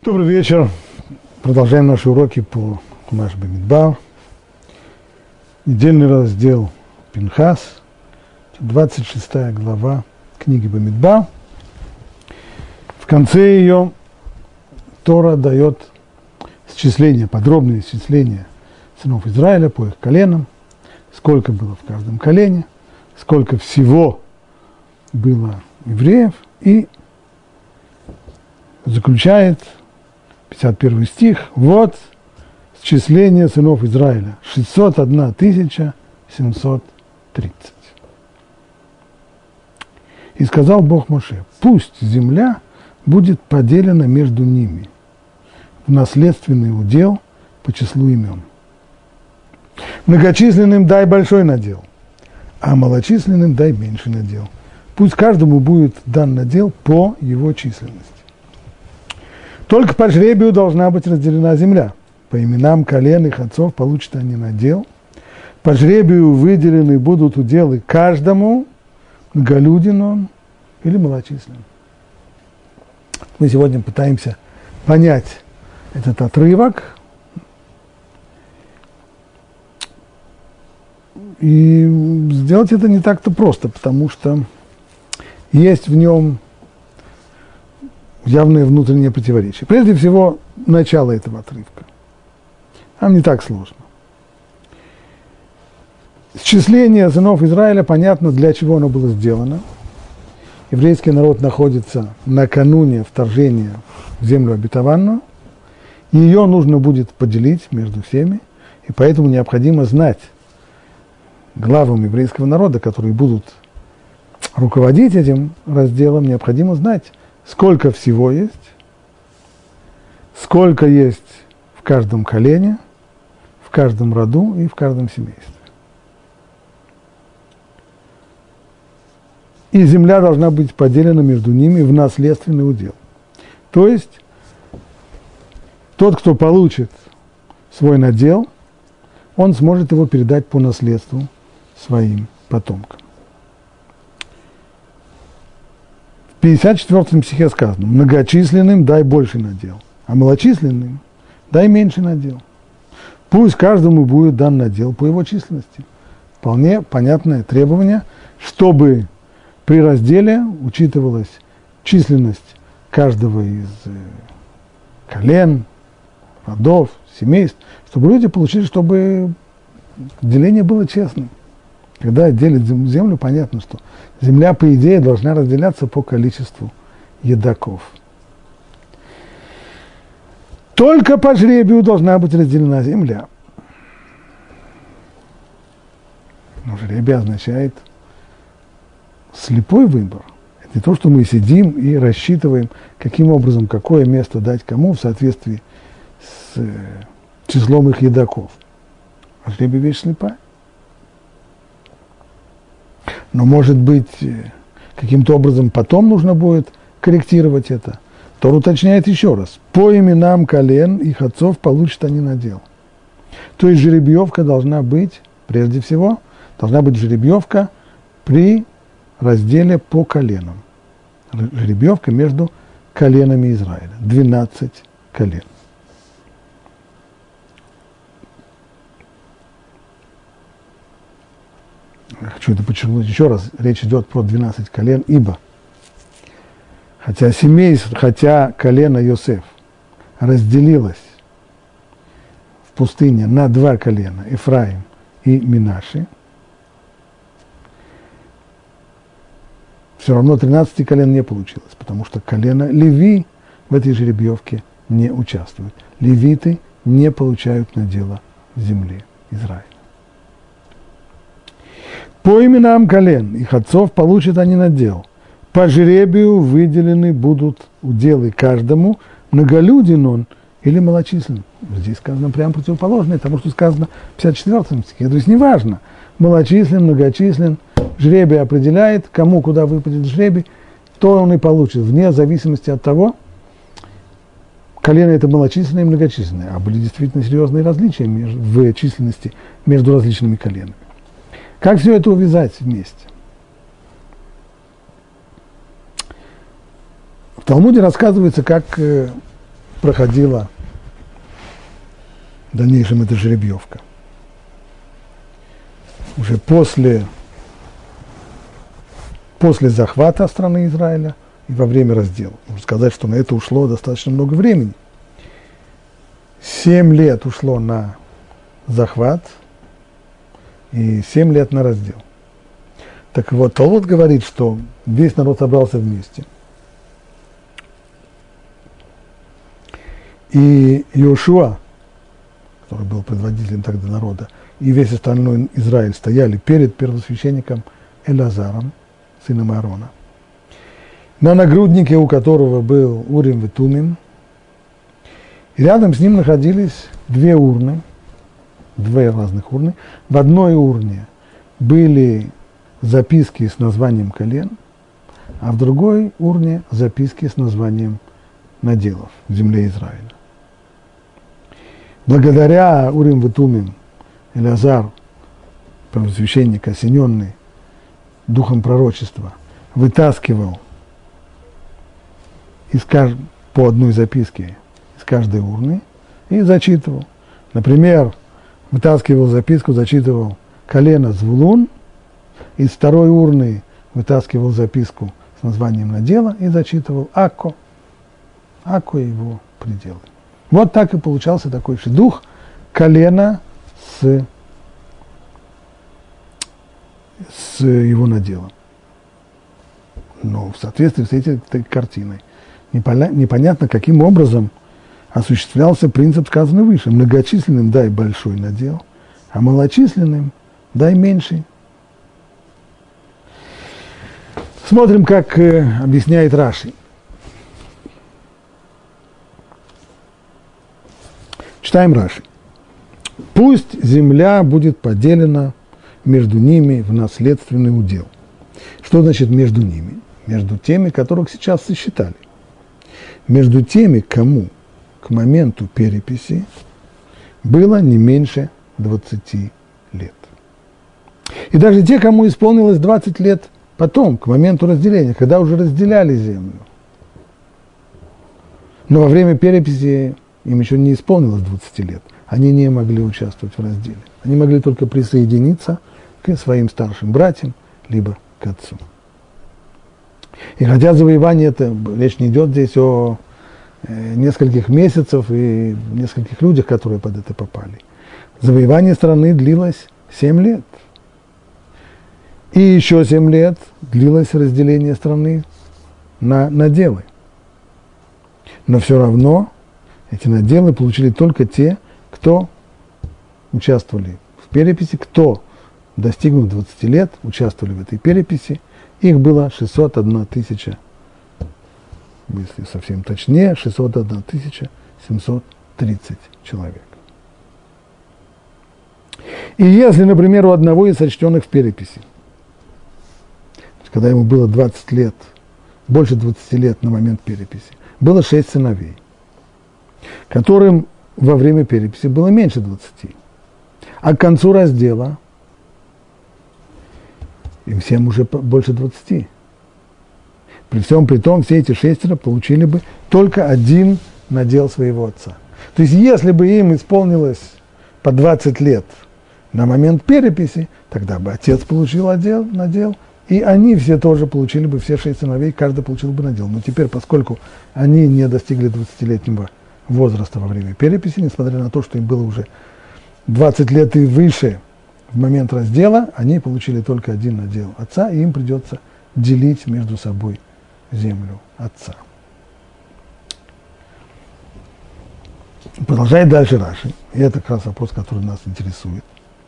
Добрый вечер. Продолжаем наши уроки по Хумаш Бамидбар. Недельный раздел Пинхас, 26 глава книги Бамидбар. В конце ее Тора дает счисление, подробное исчисление сынов Израиля по их коленам, сколько было в каждом колене, сколько всего было евреев, и заключает 51 стих, вот счисление сынов Израиля, 601 730. И сказал Бог Моше, пусть земля будет поделена между ними в наследственный удел по числу имен. Многочисленным дай большой надел, а малочисленным дай меньший надел. Пусть каждому будет дан надел по его численности. Только по жребию должна быть разделена земля. По именам колен их отцов получат они надел. По жребию выделены будут уделы каждому, многолюден он или малочислен. Мы сегодня пытаемся понять этот отрывок и сделать это не так-то просто, потому что есть в нем явное внутреннее противоречие. Прежде всего, начало этого отрывка. Там не так сложно. Счисление сынов Израиля, понятно, для чего оно было сделано. Еврейский народ находится накануне вторжения в землю обетованную. Ее нужно будет поделить между всеми, и поэтому необходимо знать главам еврейского народа, которые будут руководить этим разделом, необходимо знать, сколько всего есть, сколько есть в каждом колене, в каждом роду и в каждом семействе. И земля должна быть поделена между ними в наследственный удел. То есть тот, кто получит свой надел, он сможет его передать по наследству своим потомкам. В 54 стихе сказано, многочисленным дай больший надел, а малочисленным дай меньший надел. Пусть каждому будет дан надел по его численности. Вполне понятное требование, чтобы при разделе учитывалась численность каждого из колен, родов, семейств, чтобы люди получили, чтобы деление было честным. Когда делят землю, понятно, что земля, по идее, должна разделяться по количеству едоков. Только по жребию должна быть разделена земля. Но жребие означает слепой выбор. Это не то, что мы сидим и рассчитываем, каким образом, какое место дать кому в соответствии с числом их едоков. А жребие вещь слепая. Но, может быть, каким-то образом потом нужно будет корректировать это. Тор уточняет еще раз. По именам колен их отцов получат они надел. То есть жеребьевка должна быть, прежде всего, должна быть жеребьевка при разделе по коленам. Жеребьевка между коленами Израиля. 12 колен. Я хочу это подчеркнуть еще раз, речь идет про 12 колен, ибо хотя колено Йосеф разделилось в пустыне на два колена, Ефраим и Минаши, все равно 13 колен не получилось, потому что колено Леви в этой жеребьевке не участвует. Левиты не получают надела земли Израиля. По именам колен их отцов получат они надел. По жребию выделены будут уделы каждому, многолюден он или малочислен. Здесь сказано прямо противоположное тому, что сказано в 54 стихе. То есть неважно, малочислен, многочислен, жребий определяет, кому куда выпадет жребий, то он и получит, вне зависимости от того, колено это малочисленное и многочисленное, а были действительно серьезные различия в численности между различными коленами. Как все это увязать вместе? В Талмуде рассказывается, как проходила в дальнейшем эта жеребьевка? Уже после захвата страны Израиля и во время раздела. Можно сказать, что на это ушло достаточно много времени. 7 лет ушло на захват и 7 лет на раздел. Так вот, Талмуд говорит, что весь народ собрался вместе. И Иошуа, который был предводителем тогда народа, и весь остальной Израиль стояли перед первосвященником Элазаром, сыном Аарона, на нагруднике у которого был Урим и Тумим, и рядом с ним находились 2 урны, 2 разных урны. В одной урне были записки с названием колен, а в другой урне записки с названием наделов в земле Израиля. Благодаря Урим и Тумим Элазар, первосвященник, осененный духом пророчества, вытаскивал по одной записке из каждой урны и зачитывал. Например, вытаскивал записку, зачитывал колено Звулун, из второй урны вытаскивал записку с названием надела и зачитывал Акко и его пределы. Вот так и получался такой шидух колена с его наделом. Но в соответствии с этой картиной непонятно, каким образом осуществлялся принцип, сказанный выше. Многочисленным дай большой надел, а малочисленным дай меньший. Смотрим, как объясняет Раши. Читаем Раши. Пусть земля будет поделена между ними в наследственный удел. Что значит между ними? Между теми, которых сейчас сосчитали. Между теми, кому к моменту переписи было не меньше 20 лет. И даже те, кому исполнилось 20 лет потом, к моменту разделения, когда уже разделяли землю. Но во время переписи им еще не исполнилось 20 лет. Они не могли участвовать в разделе. Они могли только присоединиться к своим старшим братьям, либо к отцу. И хотя завоевание, речь не идет здесь о нескольких месяцев и нескольких людях, которые под это попали. Завоевание страны длилось 7 лет. И еще 7 лет длилось разделение страны на наделы. Но все равно эти наделы получили только те, кто участвовали в переписи, кто, достигнув 20 лет, участвовали в этой переписи. Их было 601 тысяча, если совсем точнее, 601 730 человек. И если, например, у одного из сочтенных в переписи, когда ему было 20 лет, больше 20 лет на момент переписи, было 6 сыновей, которым во время переписи было меньше 20. А к концу раздела им всем уже больше 20. При всем при том, все эти 6 получили бы только один надел своего отца. То есть, если бы им исполнилось по 20 лет на момент переписи, тогда бы отец получил надел, и они все тоже получили бы, все 6 сыновей, каждый получил бы надел. Но теперь, поскольку они не достигли 20-летнего возраста во время переписи, несмотря на то, что им было уже 20 лет и выше в момент раздела, они получили только один надел отца, и им придется делить между собой землю отца. Продолжает дальше Раши, и это как раз вопрос, который нас интересует.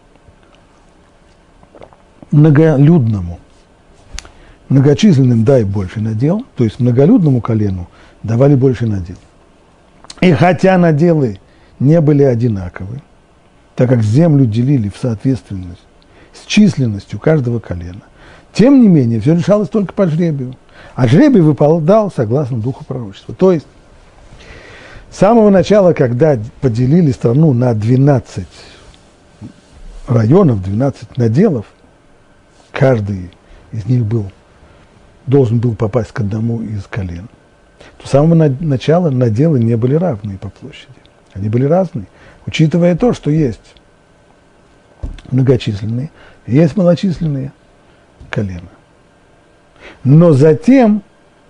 Многочисленным дай больше надел, то есть многолюдному колену давали больше надел. И хотя наделы не были одинаковы, так как землю делили в соответствии с численностью каждого колена, тем не менее все решалось только по жребию. А жребий выпадал согласно духу пророчества. То есть с самого начала, когда поделили страну на 12 районов, 12 наделов, каждый из них должен был попасть к одному из колен. С самого начала наделы не были равны по площади. Они были разные, учитывая то, что есть многочисленные и есть малочисленные колена. Но затем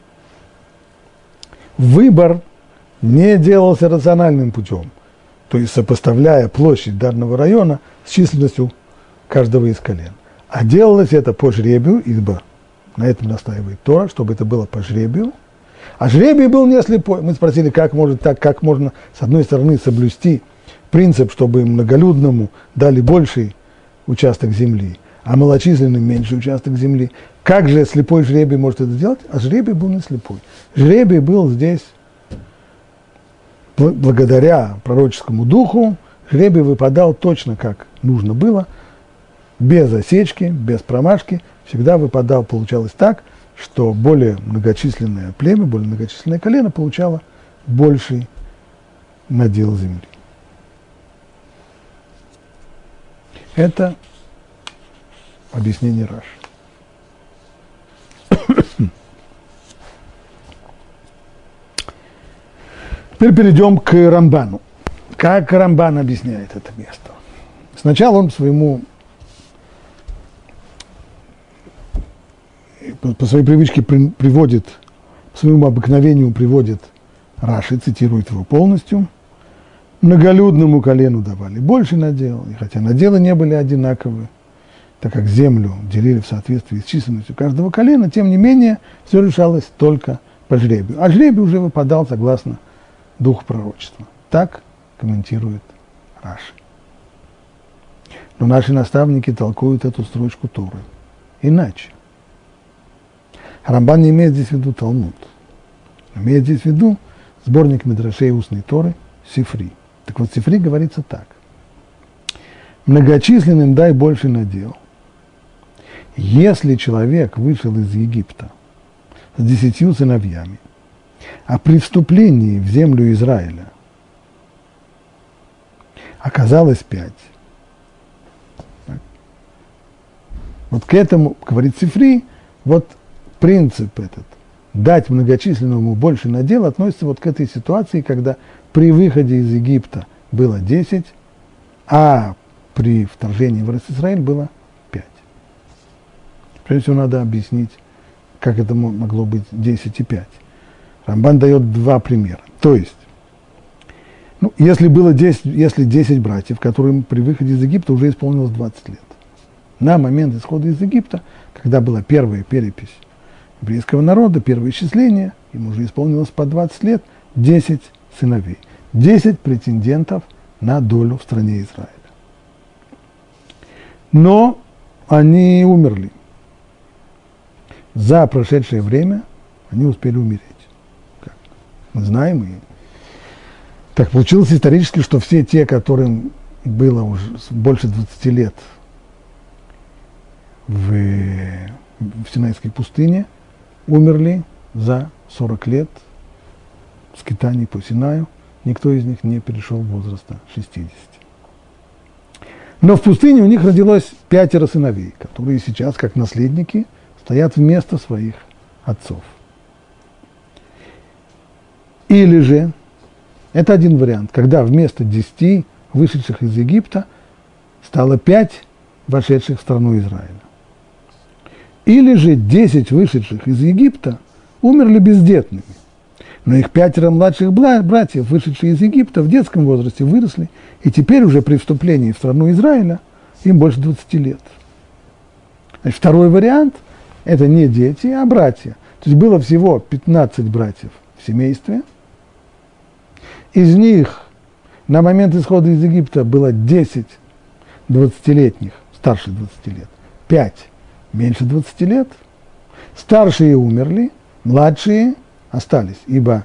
выбор не делался рациональным путем, то есть сопоставляя площадь данного района с численностью каждого из колен. А делалось это по жребию, ибо на этом настаивает Тора, чтобы это было по жребию. А жребий был не слепой. Мы спросили, как можно с одной стороны соблюсти принцип, чтобы многолюдному дали больший участок земли, а малочисленным меньший участок земли. Как же слепой жребий может это сделать? А жребий был не слепой. Жребий был здесь, благодаря пророческому духу, жребий выпадал точно как нужно было, без осечки, без промашки. Всегда выпадал, получалось так, что более многочисленное племя, более многочисленное колено получало больший надел земли. Это объяснение Раши. Теперь перейдем к Рамбану. Как Рамбан объясняет это место? Сначала он по своей привычке приводит, по своему обыкновению приводит Раши, цитирует его полностью. Многолюдному колену давали больше надел, и хотя наделы не были одинаковы, так как землю делили в соответствии с численностью каждого колена, тем не менее все решалось только по жребию. А жребий уже выпадал согласно духу пророчества. Так комментирует Раши. Но наши наставники толкуют эту строчку Торы иначе. Рамбан не имеет здесь в виду Талмуд. Имеет здесь в виду сборник Мидрашей устной Торы Сифри. Так вот, в Сифри говорится так. Многочисленным дай больше надел. Если человек вышел из Египта с 10 сыновьями, а при вступлении в землю Израиля оказалось 5. Вот к этому, говорит Сифри, вот принцип этот, дать многочисленному больше надел, относится вот к этой ситуации, когда при выходе из Египта было 10, а при вторжении в Израиль было 5. Прежде всего надо объяснить, как это могло быть 10 и 5. Рамбан дает 2 примера. То есть, если 10 братьев, которым при выходе из Египта уже исполнилось 20 лет. На момент исхода из Египта, когда была первая перепись еврейского народа, первое исчисление, им уже исполнилось по 20 лет, 10 сыновей, 10 претендентов на долю в стране Израиля. Но они умерли. За прошедшее время они успели умереть. Как мы знаем, и так получилось исторически, что все те, которым было уже больше 20 лет в Синайской пустыне, умерли за 40 лет скитаний по Синаю. Никто из них не перешел возраста 60. Но в пустыне у них родилось 5 сыновей, которые сейчас, как наследники, стоят вместо своих отцов. Или же, это один вариант, когда вместо 10 вышедших из Египта стало 5 вошедших в страну Израиля. Или же 10 вышедших из Египта умерли бездетными, но их 5 младших братьев, вышедшие из Египта, в детском возрасте выросли, и теперь уже при вступлении в страну Израиля им больше 20 лет. Значит, второй вариант – это не дети, а братья. То есть было всего 15 братьев в семействе. Из них на момент исхода из Египта было 10 20-летних, старше 20 лет, 5 меньше 20 лет. Старшие умерли, младшие остались, ибо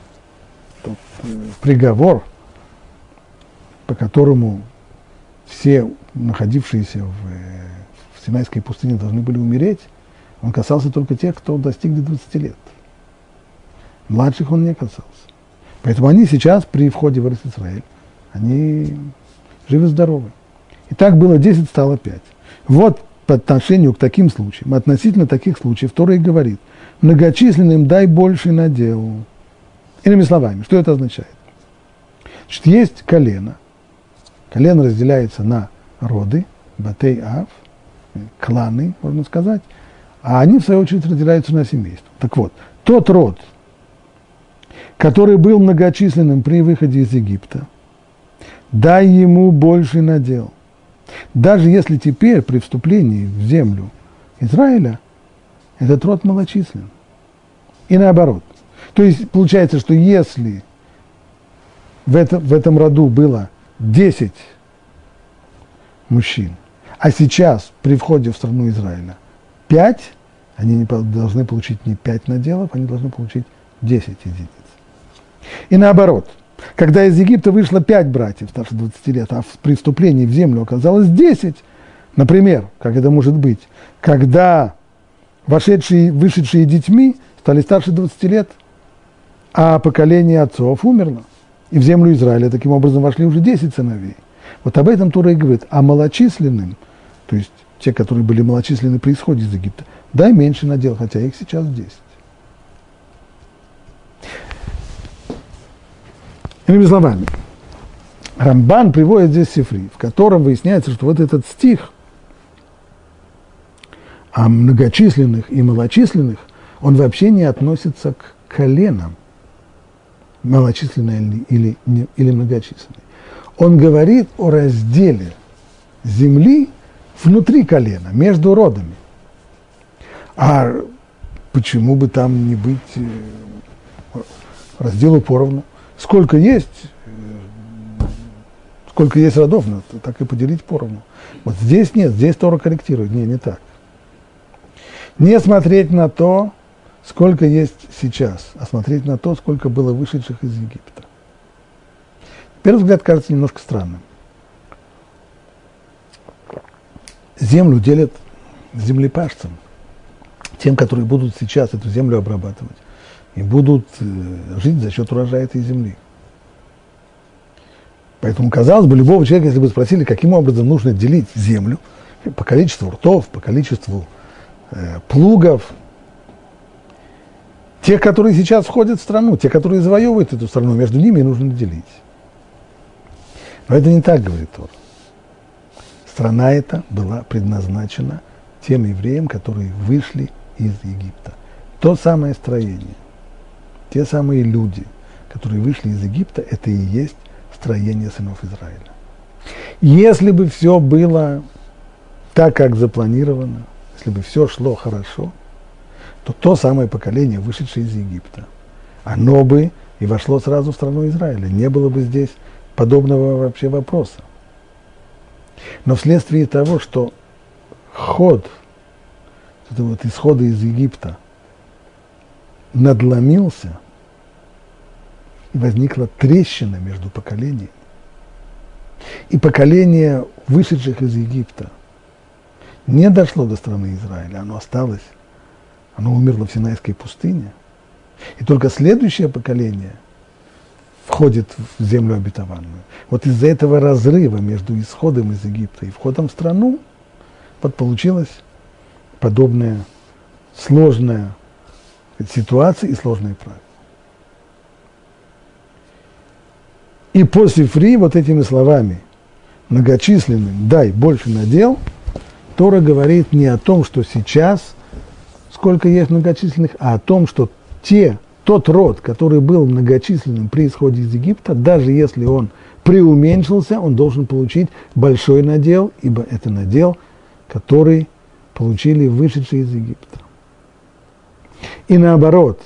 приговор, по которому все находившиеся в Синайской пустыне должны были умереть, он касался только тех, кто достигли 20 лет. Младших он не касался. Поэтому они сейчас при входе в Израиль, они живы-здоровы. И так было 10, стало 5. Вот по отношению к таким случаям, относительно таких случаев, Тора и говорит, многочисленным дай больше надел. Иными словами, что это означает? Значит, есть колено. Колено разделяется на роды, батей-ав, кланы, можно сказать, а они, в свою очередь, разделяются на семейство. Так вот, тот род, который был многочисленным при выходе из Египта, дай ему больший надел. Даже если теперь при вступлении в землю Израиля этот род малочислен. И наоборот. То есть получается, что если в этом роду было 10 мужчин, а сейчас при входе в страну Израиля 5, они не должны получить не 5 наделов, они должны получить 10 единиц. И наоборот, когда из Египта вышло 5 братьев старше 20 лет, а при вступлении в землю оказалось 10, например, как это может быть, когда вышедшие детьми стали старше 20 лет, а поколение отцов умерло, и в землю Израиля таким образом вошли уже 10 сыновей. Вот об этом Тора и говорит. А малочисленным, то есть те, которые были малочисленны при исходе из Египта, дай меньше надел, хотя их сейчас 10. Иными словами, Рамбан приводит здесь сифри, в котором выясняется, что вот этот стих о многочисленных и малочисленных, он вообще не относится к коленам, малочисленные или многочисленные. Он говорит о разделе земли внутри колена, между родами. А почему бы там не быть разделу поровну? Сколько есть родов, так и поделить поровну. Вот здесь нет, здесь Тора корректирует. Не так. Не смотреть на то, сколько есть сейчас, а смотреть на то, сколько было вышедших из Египта. Первый взгляд кажется немножко странным. Землю делят землепашцам, тем, которые будут сейчас эту землю обрабатывать и будут жить за счет урожая этой земли. Поэтому, казалось бы, любого человека, если бы спросили, каким образом нужно делить землю, по количеству ртов, по количеству плугов, тех, которые сейчас входят в страну, те, которые завоевывают эту страну, между ними нужно делить. Но это не так, говорит Тора. Страна эта была предназначена тем евреям, которые вышли из Египта. То самое строение, те самые люди, которые вышли из Египта, это и есть строение сынов Израиля. Если бы все было так, как запланировано, если бы все шло хорошо, то самое поколение, вышедшее из Египта, оно бы и вошло сразу в страну Израиля. Не было бы здесь подобного вообще вопроса. Но вследствие того, что ход исхода из Египта надломился, и возникла трещина между поколениями, и поколение вышедших из Египта не дошло до страны Израиля, оно осталось, оно умерло в Синайской пустыне, и только следующее поколение входит в землю обетованную. Вот из-за этого разрыва между исходом из Египта и входом в страну вот получилась подобная сложная ситуация и сложные правила. И после фри вот этими словами многочисленным дай больше надел, Тора говорит не о том, что сейчас сколько есть многочисленных, а о том, что тот род, который был многочисленным при исходе из Египта, даже если он преуменьшился, он должен получить большой надел, ибо это надел, который получили вышедшие из Египта. И наоборот,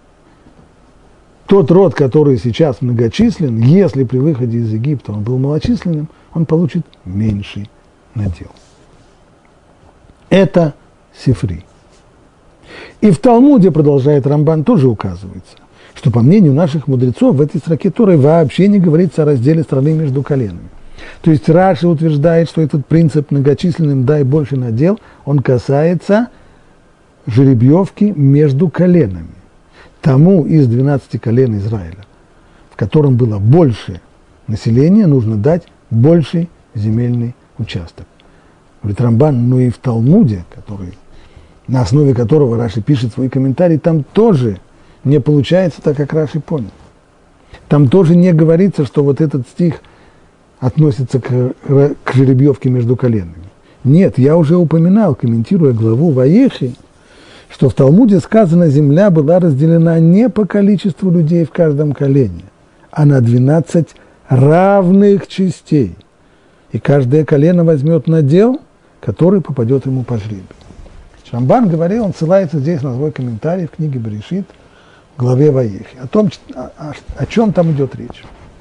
тот род, который сейчас многочислен, если при выходе из Египта он был малочисленным, он получит меньший надел. Это сифри. И в Талмуде, продолжает Рамбан, тоже указывается, что по мнению наших мудрецов в этой строке Торы вообще не говорится о разделе страны между коленами. То есть Раши утверждает, что этот принцип многочисленным дай больше надел, он касается жеребьевки между коленами. Тому из 12 колен Израиля, в котором было больше населения, нужно дать больший земельный участок. Говорит Рамбан, но и в Талмуде, на основе которого Раши пишет свой комментарий, там тоже не получается так, как Раши понял. Там тоже не говорится, что вот этот стих относится к жеребьевке между коленами. Нет, я уже упоминал, комментируя главу Ваехи, что в Талмуде сказано, земля была разделена не по количеству людей в каждом колене, а на 12 равных частей. И каждое колено возьмет надел, который попадет ему по жребию. Рамбан говорил, он ссылается здесь на свой комментарий в книге Берешит, в главе Ваехи, о чем там идет речь.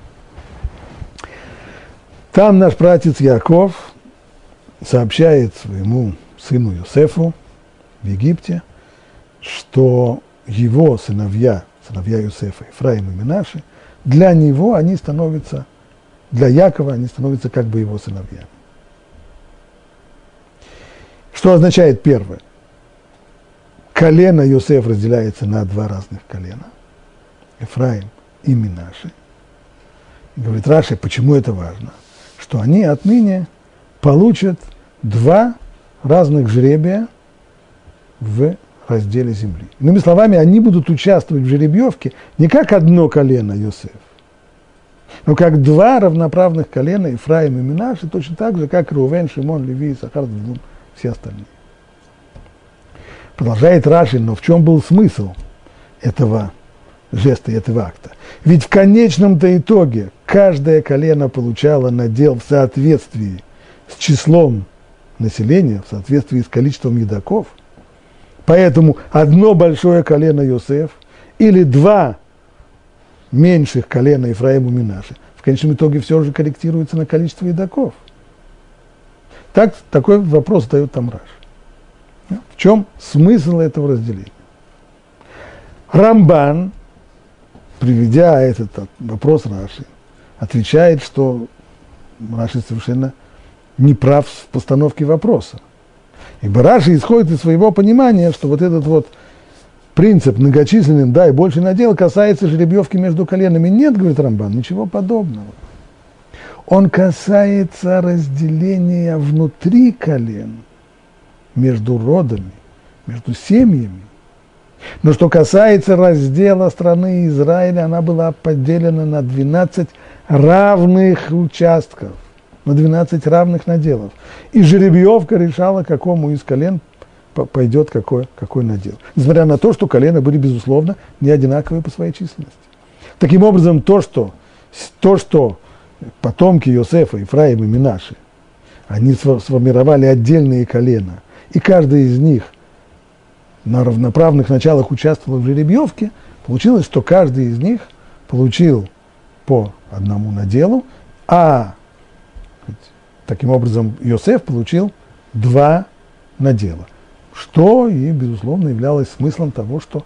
Там наш пратец Яков сообщает своему сыну Йосефу в Египте, что его сыновья Йосефа, Ефраим и Менаше, для него они становятся, для Якова они становятся как бы его сыновьями. Что означает первое? Колено Йосеф разделяется на два разных колена, Ефраим и Менаше. И говорит Раши, почему это важно? Что они отныне получат два разных жребия в разделе земли. Иными словами, они будут участвовать в жеребьевке не как одно колено Йосеф, но как два равноправных колена Ефраим и Менаше, точно так же, как Рувен, Шимон, Леви, Исахар, Звулун, все остальные. Продолжает Раши, но в чем был смысл этого жеста, этого акта? Ведь в конечном-то итоге каждое колено получало надел в соответствии с числом населения, в соответствии с количеством едоков. Поэтому одно большое колено Йосеф или два меньших колена Ефраим и Менаше в конечном итоге все же корректируется на количество едоков. Такой вопрос задает там Раши. В чем смысл этого разделения? Рамбан, приведя этот вопрос Раши, отвечает, что Раши совершенно не прав в постановке вопроса. Ибо Раши исходит из своего понимания, что вот этот вот принцип многочисленным «дай больше надел» касается жеребьевки между коленами. Нет, говорит Рамбан, ничего подобного. Он касается разделения внутри колен, между родами, между семьями. Но что касается раздела страны Израиля, она была поделена на 12 равных участков, на 12 равных наделов. И жеребьевка решала, какому из колен пойдет какой надел. Несмотря на то, что колена были, безусловно, не одинаковые по своей численности. Таким образом, то, что потомки Йосефа, Ефраим и Менаше, они сформировали отдельные колена, и каждый из них на равноправных началах участвовал в жеребьевке, получилось, что каждый из них получил по одному наделу, а таким образом Йосеф получил два надела, что и, безусловно, являлось смыслом того, что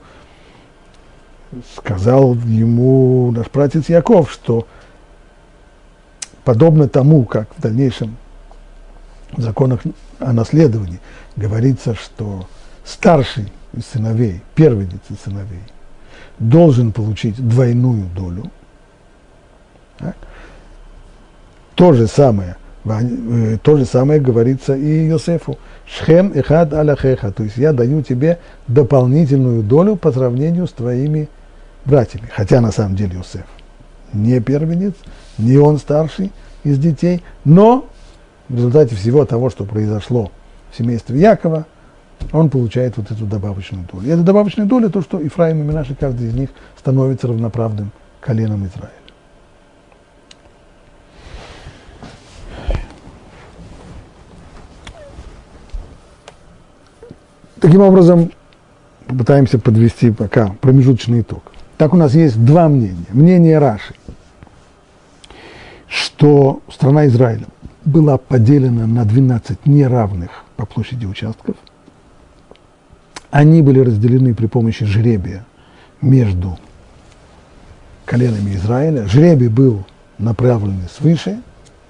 сказал ему наш пратец Яков, что подобно тому, как в дальнейшем в законах о наследовании говорится, что старший из сыновей, первенец из сыновей, должен получить двойную долю. Так? То же самое говорится и Йосефу. Шхем эхад аляхеха, то есть я даю тебе дополнительную долю по сравнению с твоими братьями. Хотя на самом деле Йосеф не первенец, не он старший из детей, но в результате всего того, что произошло в семействе Якова, он получает вот эту добавочную долю. И эта добавочная доля то, что Ефраим и Менаше, каждый из них становится равноправным коленом Израиля. Таким образом, попытаемся подвести пока промежуточный итог. Так у нас есть два мнения. Мнение Раши, что страна Израиля была поделена на 12 неравных по площади участков. Они были разделены при помощи жребия между коленами Израиля. Жребий был направлен свыше.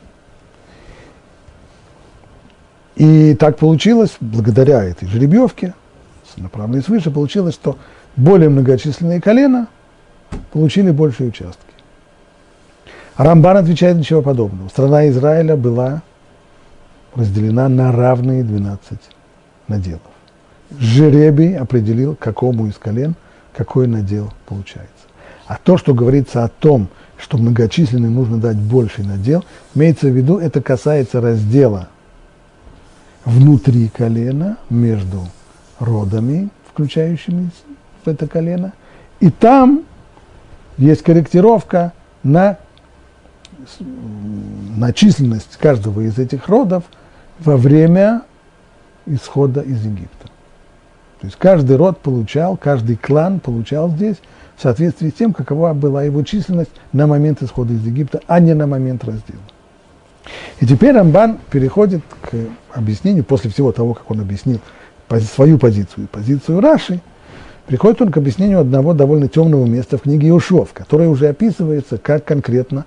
И так получилось, благодаря этой жеребьевке, направленной свыше, получилось, что более многочисленные колена получили большие участки. Рамбан отвечает ничего подобного. Страна Израиля была разделена на равные 12 наделов. Жребий определил, какому из колен какой надел получается. А то, что говорится о том, что многочисленным нужно дать больший надел, имеется в виду, это касается раздела внутри колена, между родами, включающими в это колено, и там есть корректировка на численность каждого из этих родов во время исхода из Египта. То есть каждый род получал, каждый клан получал здесь в соответствии с тем, какова была его численность на момент исхода из Египта, а не на момент раздела. И теперь Рамбан переходит к объяснению, после всего того, как он объяснил свою позицию и позицию Раши, приходит он к объяснению одного довольно темного места в книге Йошуа, в которой уже описывается, как конкретно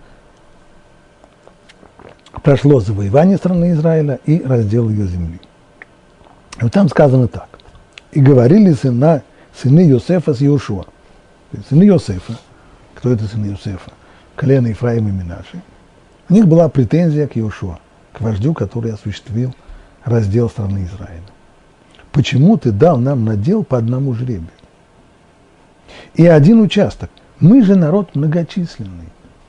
прошло завоевание страны Израиля и раздел ее земли. И вот там сказано так. И говорили сыны Йосефа с Йошуа. Сыны Йосефа, кто это сыны Йосефа? Колено Ефраима и Менаши. У них была претензия к Йошуа, к вождю, который осуществил раздел страны Израиля. Почему ты дал нам надел по одному жребию? И один участок. Мы же народ многочисленный.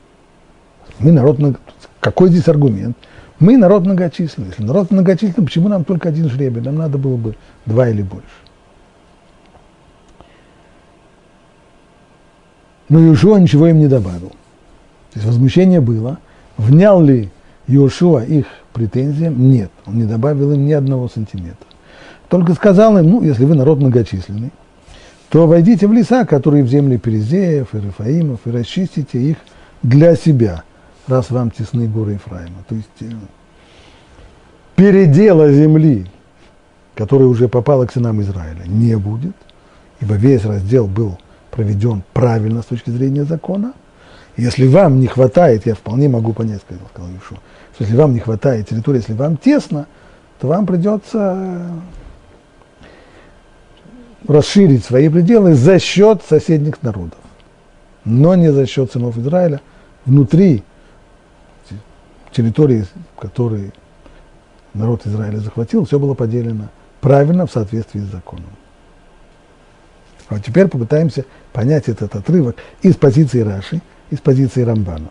Какой здесь аргумент? Мы народ многочисленный. Если народ многочисленный, почему нам только один жребий? Нам надо было бы 2 или больше. Но Йошуа ничего им не добавил. То есть возмущение было. Внял ли Йошуа их претензиям? Нет. Он не добавил им ни одного сантиметра. Только сказал им, если вы народ многочисленный, то войдите в леса, которые в земли Перезеев и Рефаимов, и расчистите их для себя, раз вам тесны горы Ефраима. То есть передела земли, которая уже попала к сынам Израиля, не будет, ибо весь раздел был проведен правильно с точки зрения закона. Если вам не хватает, я вполне могу понять, сказал Йошуа, что если вам не хватает территории, если вам тесно, то вам придется расширить свои пределы за счет соседних народов, но не за счет сынов Израиля. Внутри территории, которые народ Израиля захватил, все было поделено правильно в соответствии с законом. А вот теперь попытаемся понять этот отрывок из позиции Раши, из позиции Рамбана.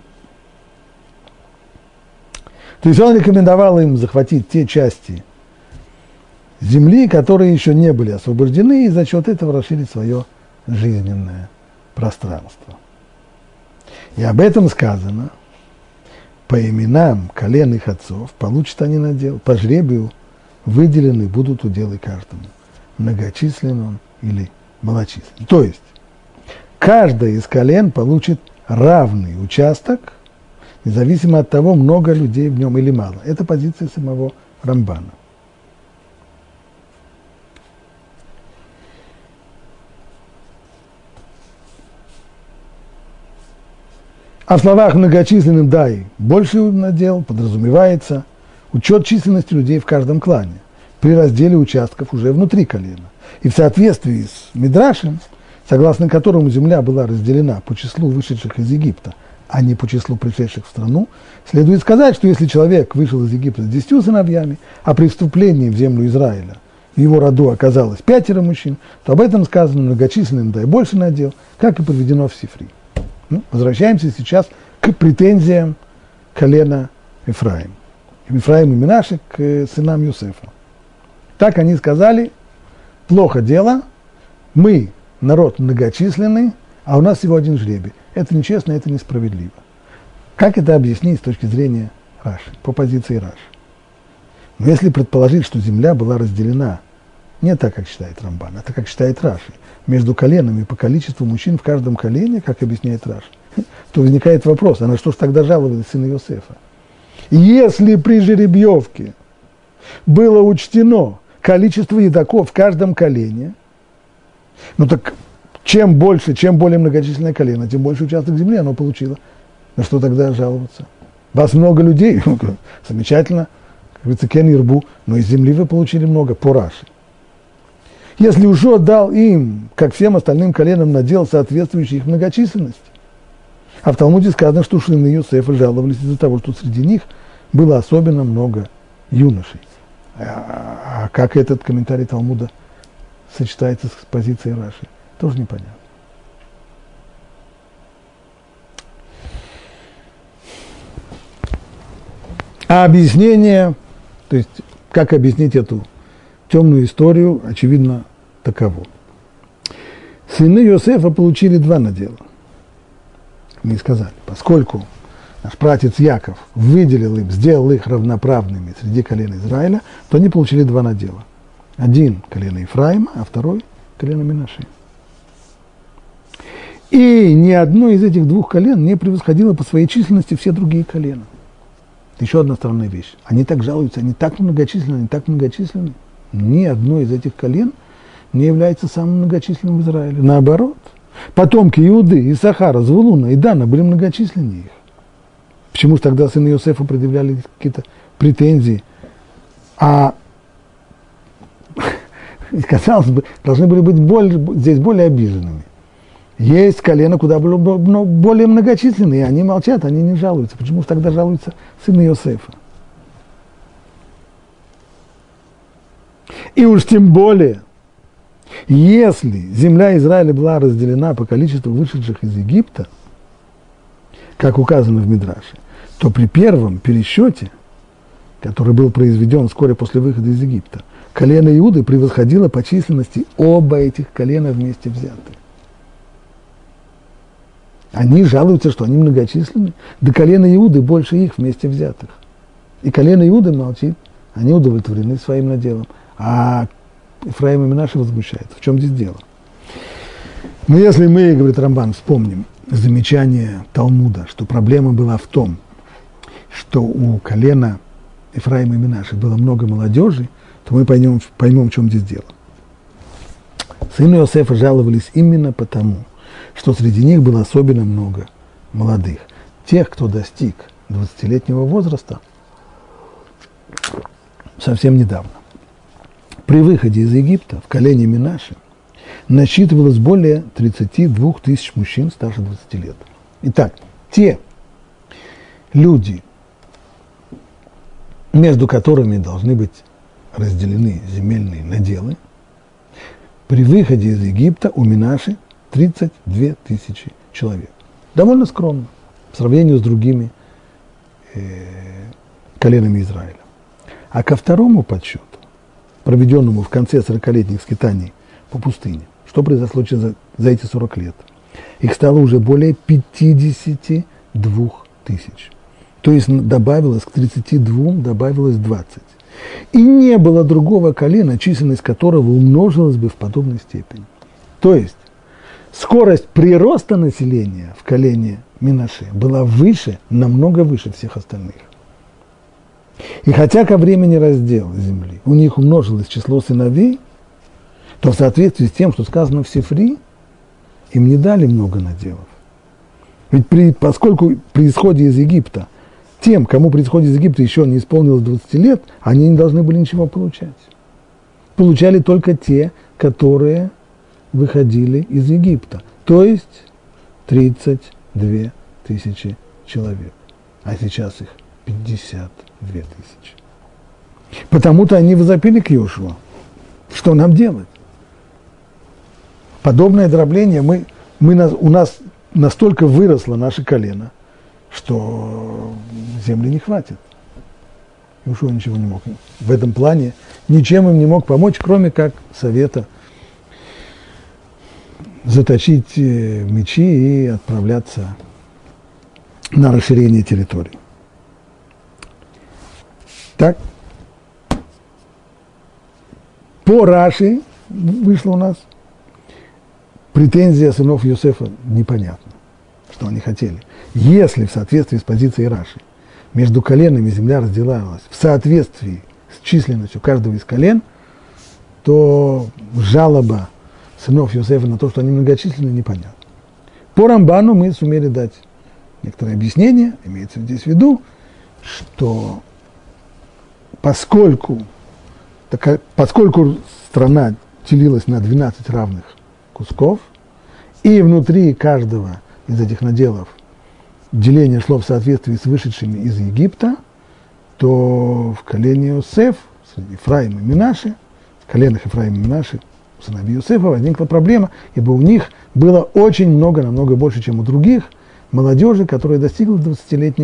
То есть он рекомендовал им захватить те части земли, которые еще не были освобождены, и за счет этого расширить свое жизненное пространство. И об этом сказано: по именам колен их отцов получат они надел, по жребию выделены будут уделы каждому, многочислен он или малочислен. То есть каждое из колен получит равный участок, независимо от того, много людей в нем или мало. Это позиция самого Рамбана. А в словах многочисленным «дай» больше надел подразумевается учет численности людей в каждом клане при разделе участков уже внутри колена. И в соответствии с Мидрашем, согласно которому земля была разделена по числу вышедших из Египта, а не по числу пришедших в страну, следует сказать, что если человек вышел из Египта с 10 сыновьями, а при вступлении в землю Израиля в его роду оказалось 5 мужчин, то об этом сказано многочисленным «дай» больше надел, как и подведено в Сифри. Возвращаемся сейчас к претензиям колена Ефраим. Ефраим и Менаши к сынам Йосефа. Так они сказали: плохо дело, мы народ многочисленный, а у нас всего один жребий. Это нечестно, это несправедливо. Как это объяснить с точки зрения Раши, по позиции Раши? Но если предположить, что земля была разделена не так, как считает Рамбан, а так, как считает Раши, между коленами по количеству мужчин в каждом колене, как объясняет Раши, то возникает вопрос, а на что же тогда жаловались сыны Йосефа? Если при жеребьевке было учтено количество едоков в каждом колене, так чем более многочисленное колено, тем больше участок земли оно получило. На что тогда жаловаться? Вас много людей, замечательно, как говорится, кен ирбу, но из земли вы получили много, по Раши. Если уже дал им, как всем остальным коленам, надел соответствующий их многочисленности. А в Талмуде сказано, что сыны Йосефа жаловались из-за того, что среди них было особенно много юношей. А как этот комментарий Талмуда сочетается с позицией Раши, тоже непонятно. А объяснение, то есть как объяснить эту темную историю, очевидно, таково. Сыны Йосефа получили два надела. Мы сказали, поскольку наш пратец Яков выделил им, сделал их равноправными среди колен Израиля, то они получили два надела. Один колено Ефраима, а второй колено Менаше. И ни одно из этих двух колен не превосходило по своей численности все другие колена. Еще одна странная вещь. Они так жалуются, они так многочисленны, они так многочисленны. Ни одно из этих колен не является самым многочисленным в Израиле. Наоборот, потомки Иуды, Исахара, Звулуна и Дана были многочисленнее их. Почему тогда сыны Йосефа предъявляли какие-то претензии? А, казалось бы, должны были быть здесь более обиженными. Есть колено куда более многочисленные, и они молчат, они не жалуются. Почему тогда жалуются сыны Йосефа? И уж тем более, если земля Израиля была разделена по количеству вышедших из Египта, как указано в Мидраше, то при первом пересчете, который был произведен вскоре после выхода из Египта, колено Иуды превосходило по численности оба этих колена вместе взятые. Они жалуются, что они многочисленны, да колено Иуды больше их вместе взятых. И колено Иуды молчит, они удовлетворены своим наделом, а Ефраим и Менаше возмущаются. В чем здесь дело? Но если мы, говорит Рамбан, вспомним замечание Талмуда, что проблема была в том, что у колена Ефраима и Менаше было много молодежи, то мы поймем, в чем здесь дело. Сыны Йосефа жаловались именно потому, что среди них было особенно много молодых. Тех, кто достиг 20-летнего возраста совсем недавно. При выходе из Египта в колене Менаше насчитывалось более 32 тысяч мужчин старше 20 лет. Итак, те люди, между которыми должны быть разделены земельные наделы, при выходе из Египта у Менаше 32 тысячи человек. Довольно скромно по сравнению с другими коленами Израиля. А ко второму подсчету, проведенному в конце 40-летних скитаний по пустыне, что произошло за эти 40 лет? Их стало уже более 52 тысяч. То есть добавилось к 32, добавилось 20. И не было другого колена, численность которого умножилась бы в подобной степени. То есть скорость прироста населения в колене Менаше была выше, намного выше всех остальных. И хотя ко времени раздела земли у них умножилось число сыновей, то в соответствии с тем, что сказано в Сифри, им не дали много наделов. Ведь поскольку при исходе из Египта, тем, кому при исходе из Египта еще не исполнилось 20 лет, они не должны были ничего получать. Получали только те, которые выходили из Египта, то есть 32 тысячи человек, а сейчас их 52 тысячи. Потому-то они возопили к Йошуа. Что нам делать? Подобное дробление, у нас настолько выросло наше колено, что земли не хватит. Йошуа ничего не мог. В этом плане ничем им не мог помочь, кроме как совета заточить мечи и отправляться на расширение территории. Так, по Раши вышло у нас претензия сынов Йосефа непонятна, что они хотели. Если в соответствии с позицией Раши между коленами земля разделялась в соответствии с численностью каждого из колен, то жалоба сынов Йосефа на то, что они многочисленны, непонятна. По Рамбану мы сумели дать некоторое объяснение, имеется здесь в виду, что поскольку страна делилась на 12 равных кусков, и внутри каждого из этих наделов деление шло в соответствии с вышедшими из Египта, то в колене Йосеф, среди Ефраима и Менаше, в коленах Ефраима и Менаше, у сыновей Йосефа возникла проблема, ибо у них было очень много, намного больше, чем у других, молодежи, которая достигла 20-летнего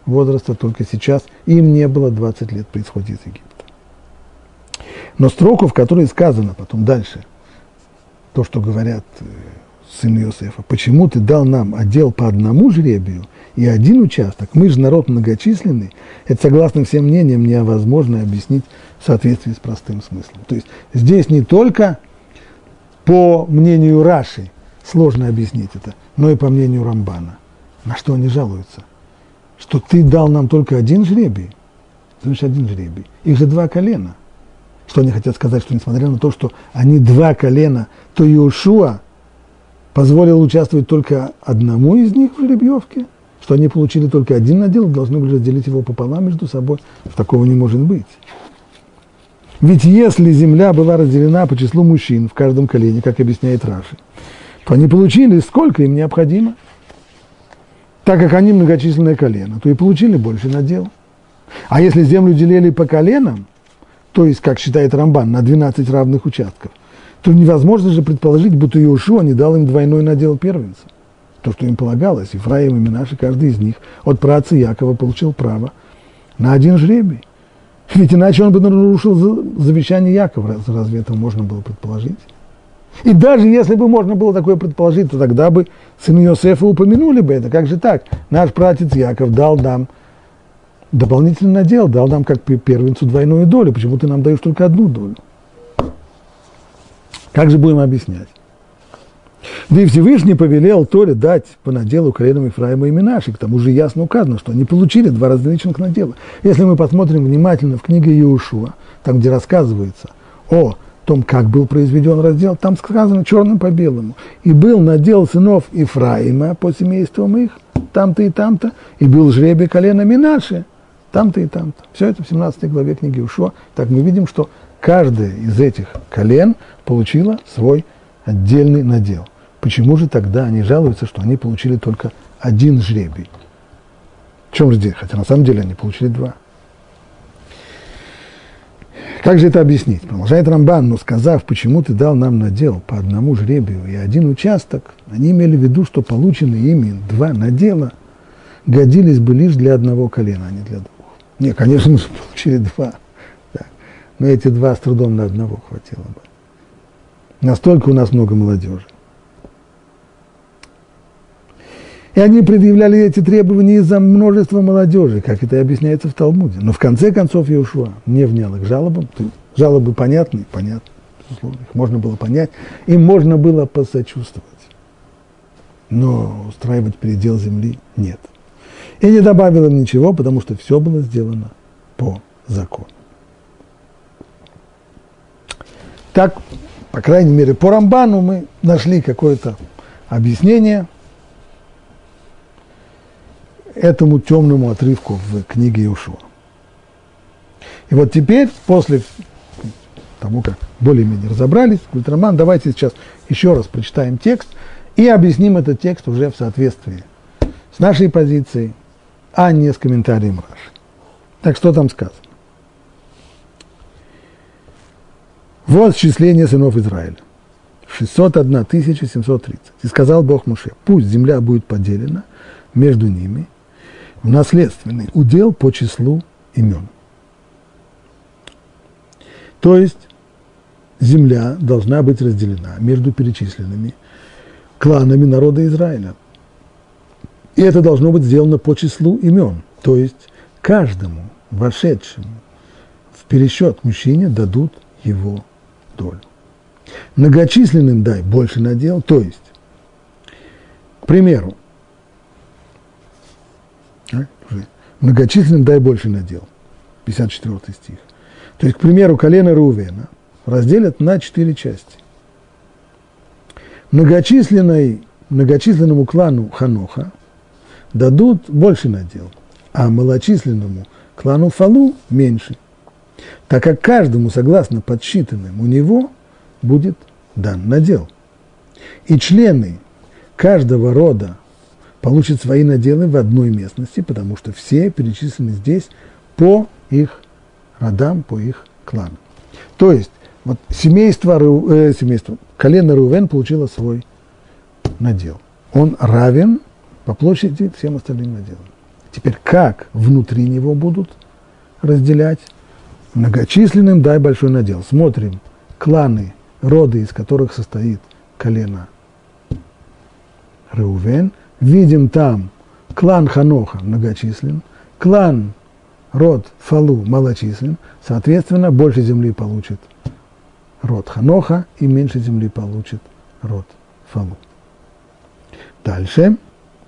возраста только сейчас, им не было 20 лет при исходе из Египта. Но строку, в которой сказано потом дальше, то, что говорят сыны Иосифа, почему ты дал нам отдел по одному жребию и один участок, мы же народ многочисленный, это, согласно всем мнениям, невозможно объяснить в соответствии с простым смыслом. То есть здесь не только по мнению Раши сложно объяснить это, но и по мнению Рамбана. На что они жалуются? Что ты дал нам только один жребий. Значит, один жребий. Их же 2 колена. Что они хотят сказать, что несмотря на то, что они 2 колена, то Иошуа позволил участвовать только одному из них в жеребьевке, что они получили только один надел, должны были разделить его пополам между собой. Такого не может быть. Ведь если земля была разделена по числу мужчин в каждом колене, как объясняет Раши, то они получили сколько им необходимо. Так как они многочисленное колено, то и получили больше надел. А если землю делили по коленам, то есть, как считает Рамбан, на 12 равных участков, то невозможно же предположить, будто Иошуа не дал им двойной надел первенца. То, что им полагалось, Ефраим и Менаше, каждый из них от праотца Якова получил право на один жребий. Ведь иначе он бы нарушил завещание Якова, разве это можно было предположить? И даже если бы можно было такое предположить, то тогда бы сыны Иосифа упомянули бы это. Как же так? Наш праотец Яков дал нам дополнительный надел, дал нам как первенцу двойную долю. Почему ты нам даешь только одну долю? Как же будем объяснять? Да и Всевышний повелел Торе дать по наделу коленам Ефраима и Менаше. К тому же ясно указано, что они получили 2 различных надела. Если мы посмотрим внимательно в книге Иошуа, там, где рассказывается о том, как был произведен раздел, там сказано черным по белому. И был надел сынов Ефраима по семействам их, там-то и там-то, и был жребий колена Менаше, там-то и там-то. Все это в 17 главе книги Иошуа. Так мы видим, что каждое из этих колен получило свой отдельный надел. Почему же тогда они жалуются, что они получили только один жребий? В чем же здесь? Хотя на самом деле они получили 2. Как же это объяснить? Продолжает Рамбан, но сказав, почему ты дал нам надел по одному жребию и один участок, они имели в виду, что полученные ими 2 надела годились бы лишь для одного колена, а не для 2. Нет, конечно, мы получили 2. Так. Но эти 2 с трудом на одного хватило бы. Настолько у нас много молодежи. И они предъявляли эти требования из-за множества молодежи, как это и объясняется в Талмуде. Но в конце концов Иошуа не внял их жалобам. Жалобы понятны, безусловно, их можно было понять, им можно было посочувствовать. Но устраивать передел земли нет. И не добавил им ничего, потому что все было сделано по закону. Так, по крайней мере, по Рамбану мы нашли какое-то объяснение этому темному отрывку в книге Иошуа. И вот теперь, после того, как более-менее разобрались, говорит Рамбан, давайте сейчас еще раз прочитаем текст и объясним этот текст уже в соответствии с нашей позицией, а не с комментарием Раши. Так что там сказано? Вот счисление сынов Израиля. 601 730. И сказал Бог Моше, пусть земля будет поделена между ними в наследственный удел по числу имен. То есть земля должна быть разделена между перечисленными кланами народа Израиля. И это должно быть сделано по числу имен. То есть каждому вошедшему в пересчет мужчине дадут его долю. Многочисленным дай больше надел, то есть, к примеру, многочисленным дай больше надел, 54 стих. То есть, к примеру, колено Реувена разделят на 4 части. Многочисленному клану Ханоха дадут больше надел, а малочисленному клану Фалу меньше, так как каждому, согласно подсчитанным у него, будет дан надел. И члены каждого рода получат свои наделы в одной местности, потому что все перечислены здесь по их родам, по их кланам. То есть, вот колено Реувен получило свой надел. Он равен по площади всем остальным наделам. Теперь как внутри него будут разделять? Многочисленным дай большой надел. Смотрим кланы, роды, из которых состоит колено Реувен. Видим там клан Ханоха многочислен, клан род Фалу малочислен, соответственно, больше земли получит род Ханоха и меньше земли получит род Фалу. Дальше.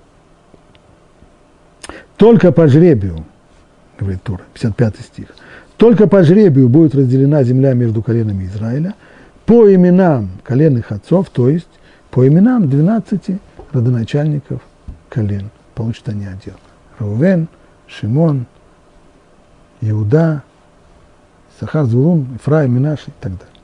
Только по жребию, говорит Тора, 55 стих, только по жребию будет разделена земля между коленами Израиля по именам коленных отцов, то есть по именам 12 родоначальников колен. Получат они отдел. Реувен, Шимон, Иуда, Сахар, Звулун, Ифраим, Минаш и так далее.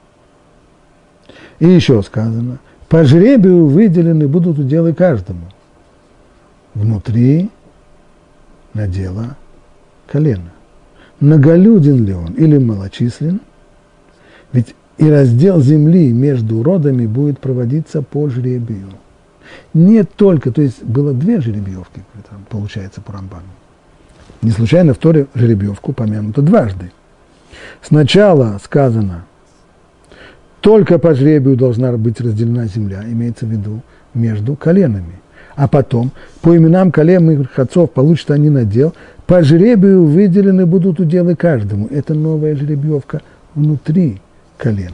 И еще сказано, по жребию выделены будут уделы каждому. Внутри надела колено. Многолюден ли он или малочислен? Ведь и раздел земли между родами будет проводиться по жребию. Не только, то есть было две жеребьевки, получается по Рамбану. Не случайно в Торе жеребьевку упомянуто дважды. Сначала сказано, только по жребию должна быть разделена земля, имеется в виду между коленами. А потом, по именам колен их отцов получат они надел, по жребию выделены будут уделы каждому. Это новая жеребьевка внутри колена.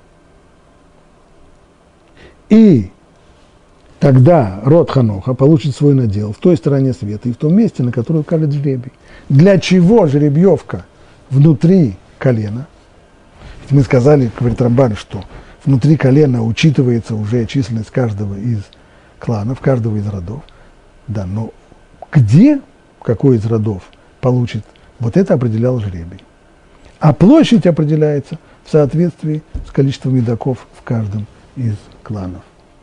И тогда род Ханоха получит свой надел в той стороне света и в том месте, на который укажет жребий. Для чего жеребьевка внутри колена? Ведь мы сказали, говорит Рамбан, что внутри колена учитывается уже численность каждого из кланов, каждого из родов. Да, но где, какой из родов получит, вот это определял жребий. А площадь определяется в соответствии с количеством едоков в каждом из кланов.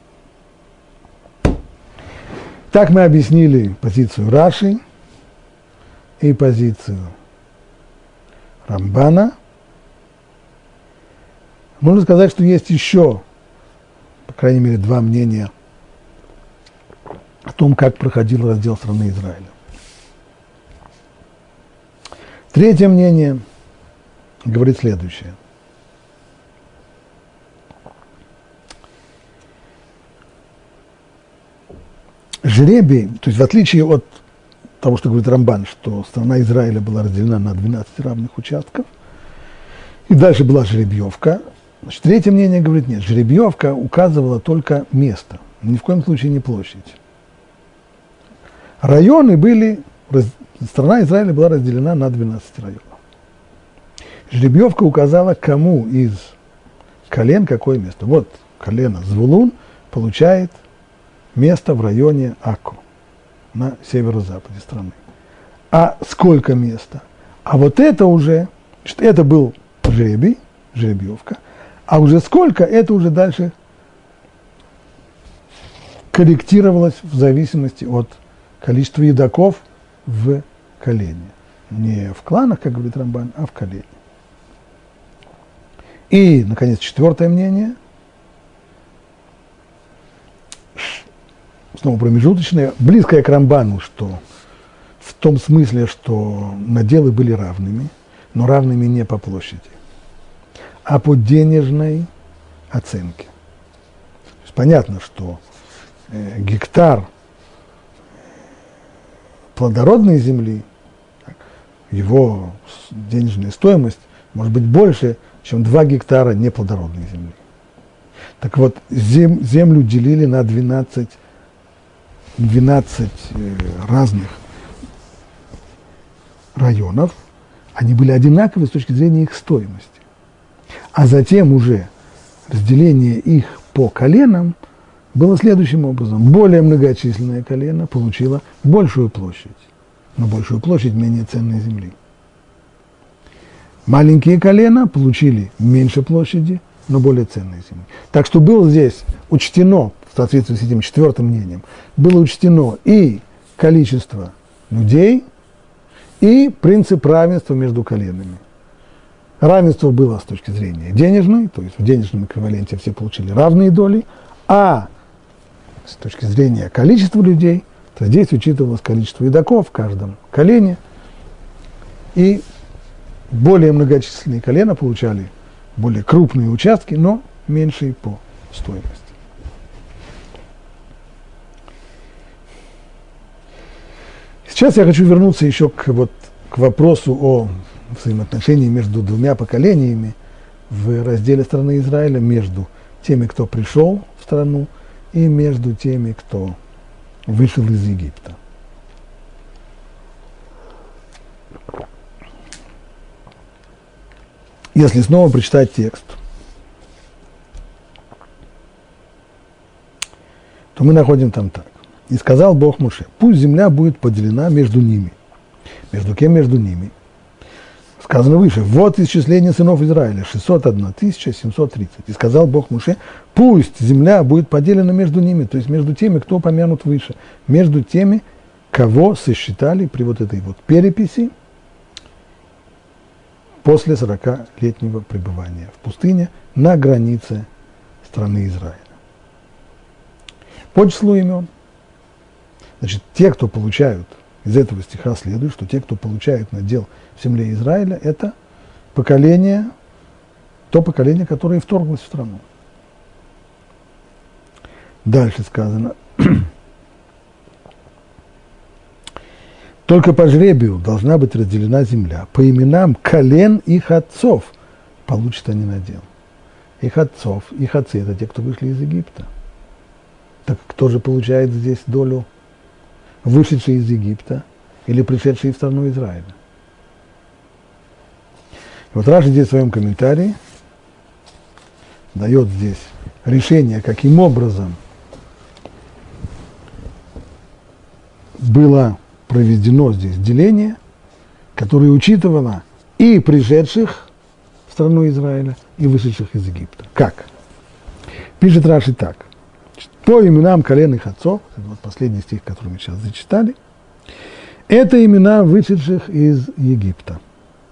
Так мы объяснили позицию Раши и позицию Рамбана. Можно сказать, что есть еще, по крайней мере, два мнения о том, как проходил раздел страны Израиля. Третье мнение говорит следующее. Жребий, то есть в отличие от того, что говорит Рамбан, что страна Израиля была разделена на 12 равных участков, и дальше была жеребьевка, значит, третье мнение говорит, нет, жеребьевка указывала только место, ни в коем случае не площадь. Районы были, страна Израиля была разделена на 12 районов. Жеребьевка указала, кому из колен какое место. Вот колено Звулун получает место в районе Акко, на северо-западе страны. А сколько места? А вот это уже, это был жребий, жеребьевка, а уже сколько, это уже дальше корректировалось в зависимости от количества едоков в колене. Не в кланах, как говорит Рамбан, а в колене. И, наконец, четвертое мнение, снова промежуточное, близкое к Рамбану, что в том смысле, что наделы были равными, но равными не по площади, а по денежной оценке. То есть понятно, что гектар плодородной земли, его денежная стоимость может быть больше, чем 2 гектара неплодородной земли. Так вот, землю делили на 12 разных районов, они были одинаковы с точки зрения их стоимости. А затем уже разделение их по коленам было следующим образом. Более многочисленное колено получило большую площадь, но большую площадь менее ценной земли. Маленькие колена получили меньше площади, но более ценной земли. Так что было здесь учтено, в соответствии с этим четвертым мнением, было учтено и количество людей, и принцип равенства между коленами. Равенство было с точки зрения денежной, то есть в денежном эквиваленте все получили равные доли, а с точки зрения количества людей То здесь учитывалось количество едоков в каждом колене, и более многочисленные колена получали более крупные участки, но меньшие по стоимости. Сейчас я хочу вернуться еще к вопросу о взаимоотношении между двумя поколениями в разделе страны Израиля, между теми, кто пришел в страну, и между теми, кто вышел из Египта. Если снова прочитать текст, то мы находим там так. «И сказал Бог Моше, пусть земля будет поделена между ними». Между кем между ними? Сказано выше, вот исчисление сынов Израиля, 601 730. «И сказал Бог Моше, пусть земля будет поделена между ними», то есть между теми, кто упомянут выше, между теми, кого сосчитали при вот этой вот переписи после 40-летнего пребывания в пустыне на границе страны Израиля. По числу имен. Значит, те, кто получают, из этого стиха следует, что те, кто получают надел в земле Израиля, это поколение, то поколение, которое вторглось в страну. Дальше сказано, только по жребию должна быть разделена земля, по именам колен их отцов получат они надел. Их отцов, их отцы – это те, кто вышли из Египта. Так кто же получает здесь долю вышедшие из Египта или пришедшие в страну Израиля? И вот Раши здесь в своем комментарии дает здесь решение, каким образом было проведено здесь деление, которое учитывало и пришедших в страну Израиля, и вышедших из Египта. Как? Пишет Раши так. По именам колен их отцов, это вот последний стих, который мы сейчас зачитали, это имена вышедших из Египта.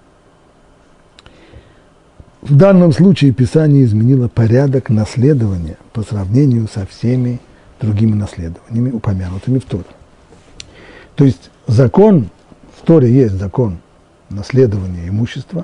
В данном случае Писание изменило порядок наследования по сравнению со всеми другими наследованиями, упомянутыми в Торе. То есть закон, в Торе есть закон наследования имущества.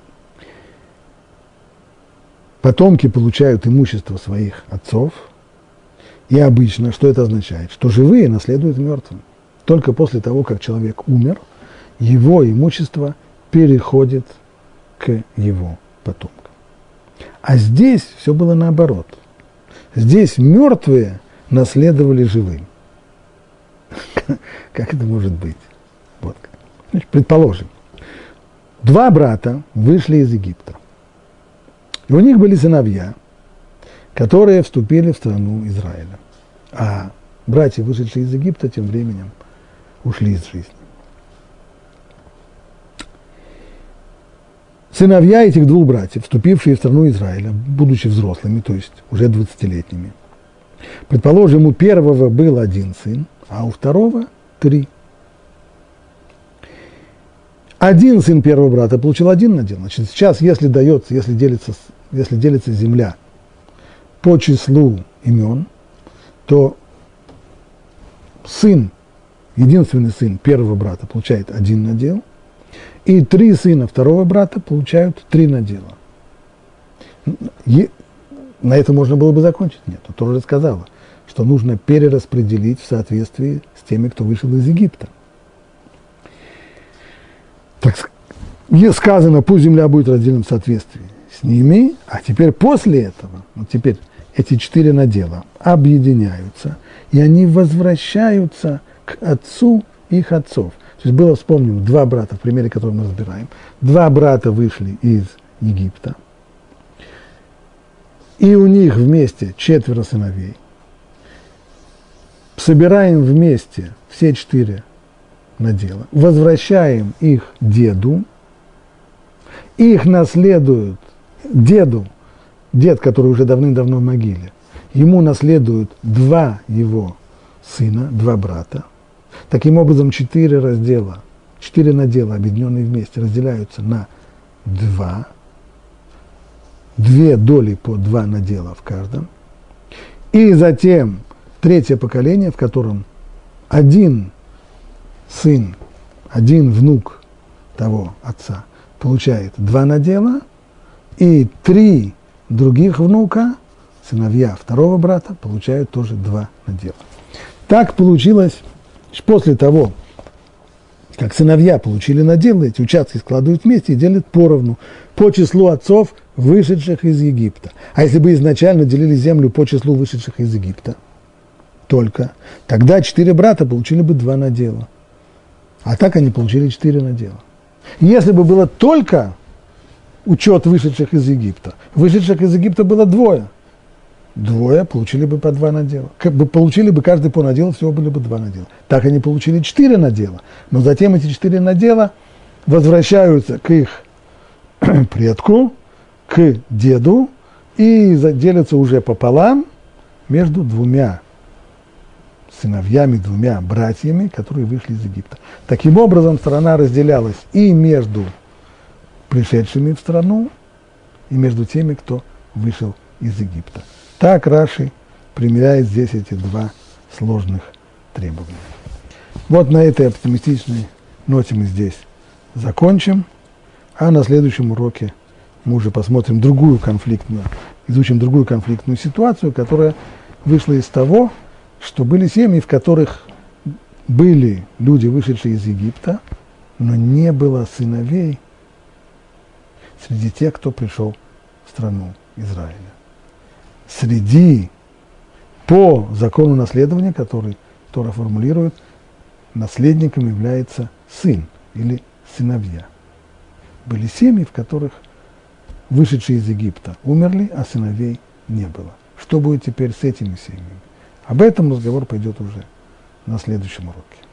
Потомки получают имущество своих отцов. И обычно, что это означает? Что живые наследуют мертвым. Только после того, как человек умер, его имущество переходит к его потомкам. А здесь все было наоборот. Здесь мертвые наследовали живым. Как это может быть? Вот. Значит, предположим, два брата вышли из Египта. И у них были сыновья, которые вступили в страну Израиля. А братья, вышедшие из Египта, тем временем ушли из жизни. Сыновья этих двух братьев, вступившие в страну Израиля, будучи взрослыми, то есть уже 20-летними, предположим, у первого был один сын, а у второго 3. Один сын первого брата получил один надел. Значит, сейчас, если делится земля по числу имен, то единственный сын первого брата получает один надел, и 3 сына второго брата получают 3 надела. На это можно было бы закончить? Нет, Тора уже сказала, что нужно перераспределить в соответствии с теми, кто вышел из Египта. Так сказано, пусть земля будет разделена в соответствии с ними, а теперь после этого, теперь эти 4 надела объединяются, и они возвращаются к отцу их отцов. То есть было, вспомним, 2 брата, в примере, который мы разбираем. 2 брата вышли из Египта, и у них вместе 4 сыновей. Собираем вместе все 4 надела, возвращаем их деду, их наследуют деду, дед, который уже давным-давно в могиле, ему наследуют 2 его сына, 2 брата. Таким образом, 4 надела, объединенные вместе, разделяются на 2 доли по 2 надела в каждом. И затем 3-е поколение, в котором один сын, один внук того отца получает 2 надела, и 3 других внука, сыновья второго брата, получают тоже 2 надела. Так получилось, после того, как сыновья получили наделы, эти участки складывают вместе и делят поровну, по числу отцов, вышедших из Египта. А если бы изначально делили землю по числу вышедших из Египта, только, тогда 4 брата получили бы 2 надела. А так они получили 4 надела. Если бы было только учет вышедших из Египта, вышедших из Египта было 2. 2 получили бы по 2 надела. Получили бы каждый по наделу, всего были бы 2 надела. Так они получили 4 надела. Но затем эти 4 надела возвращаются к их предку, к деду, и делятся уже пополам между 2 сыновьями, 2 братьями, которые вышли из Египта. Таким образом, страна разделялась и между пришедшими в страну, и между теми, кто вышел из Египта. Так Раши примеряет здесь эти 2 сложных требования. Вот на этой оптимистичной ноте мы здесь закончим, а на следующем уроке мы уже посмотрим изучим другую конфликтную ситуацию, которая вышла из того, что были семьи, в которых были люди, вышедшие из Египта, но не было сыновей среди тех, кто пришел в страну Израиля. По закону наследования, который Тора формулирует, наследником является сын или сыновья. Были семьи, в которых вышедшие из Египта умерли, а сыновей не было. Что будет теперь с этими семьями? Об этом разговор пойдет уже на следующем уроке.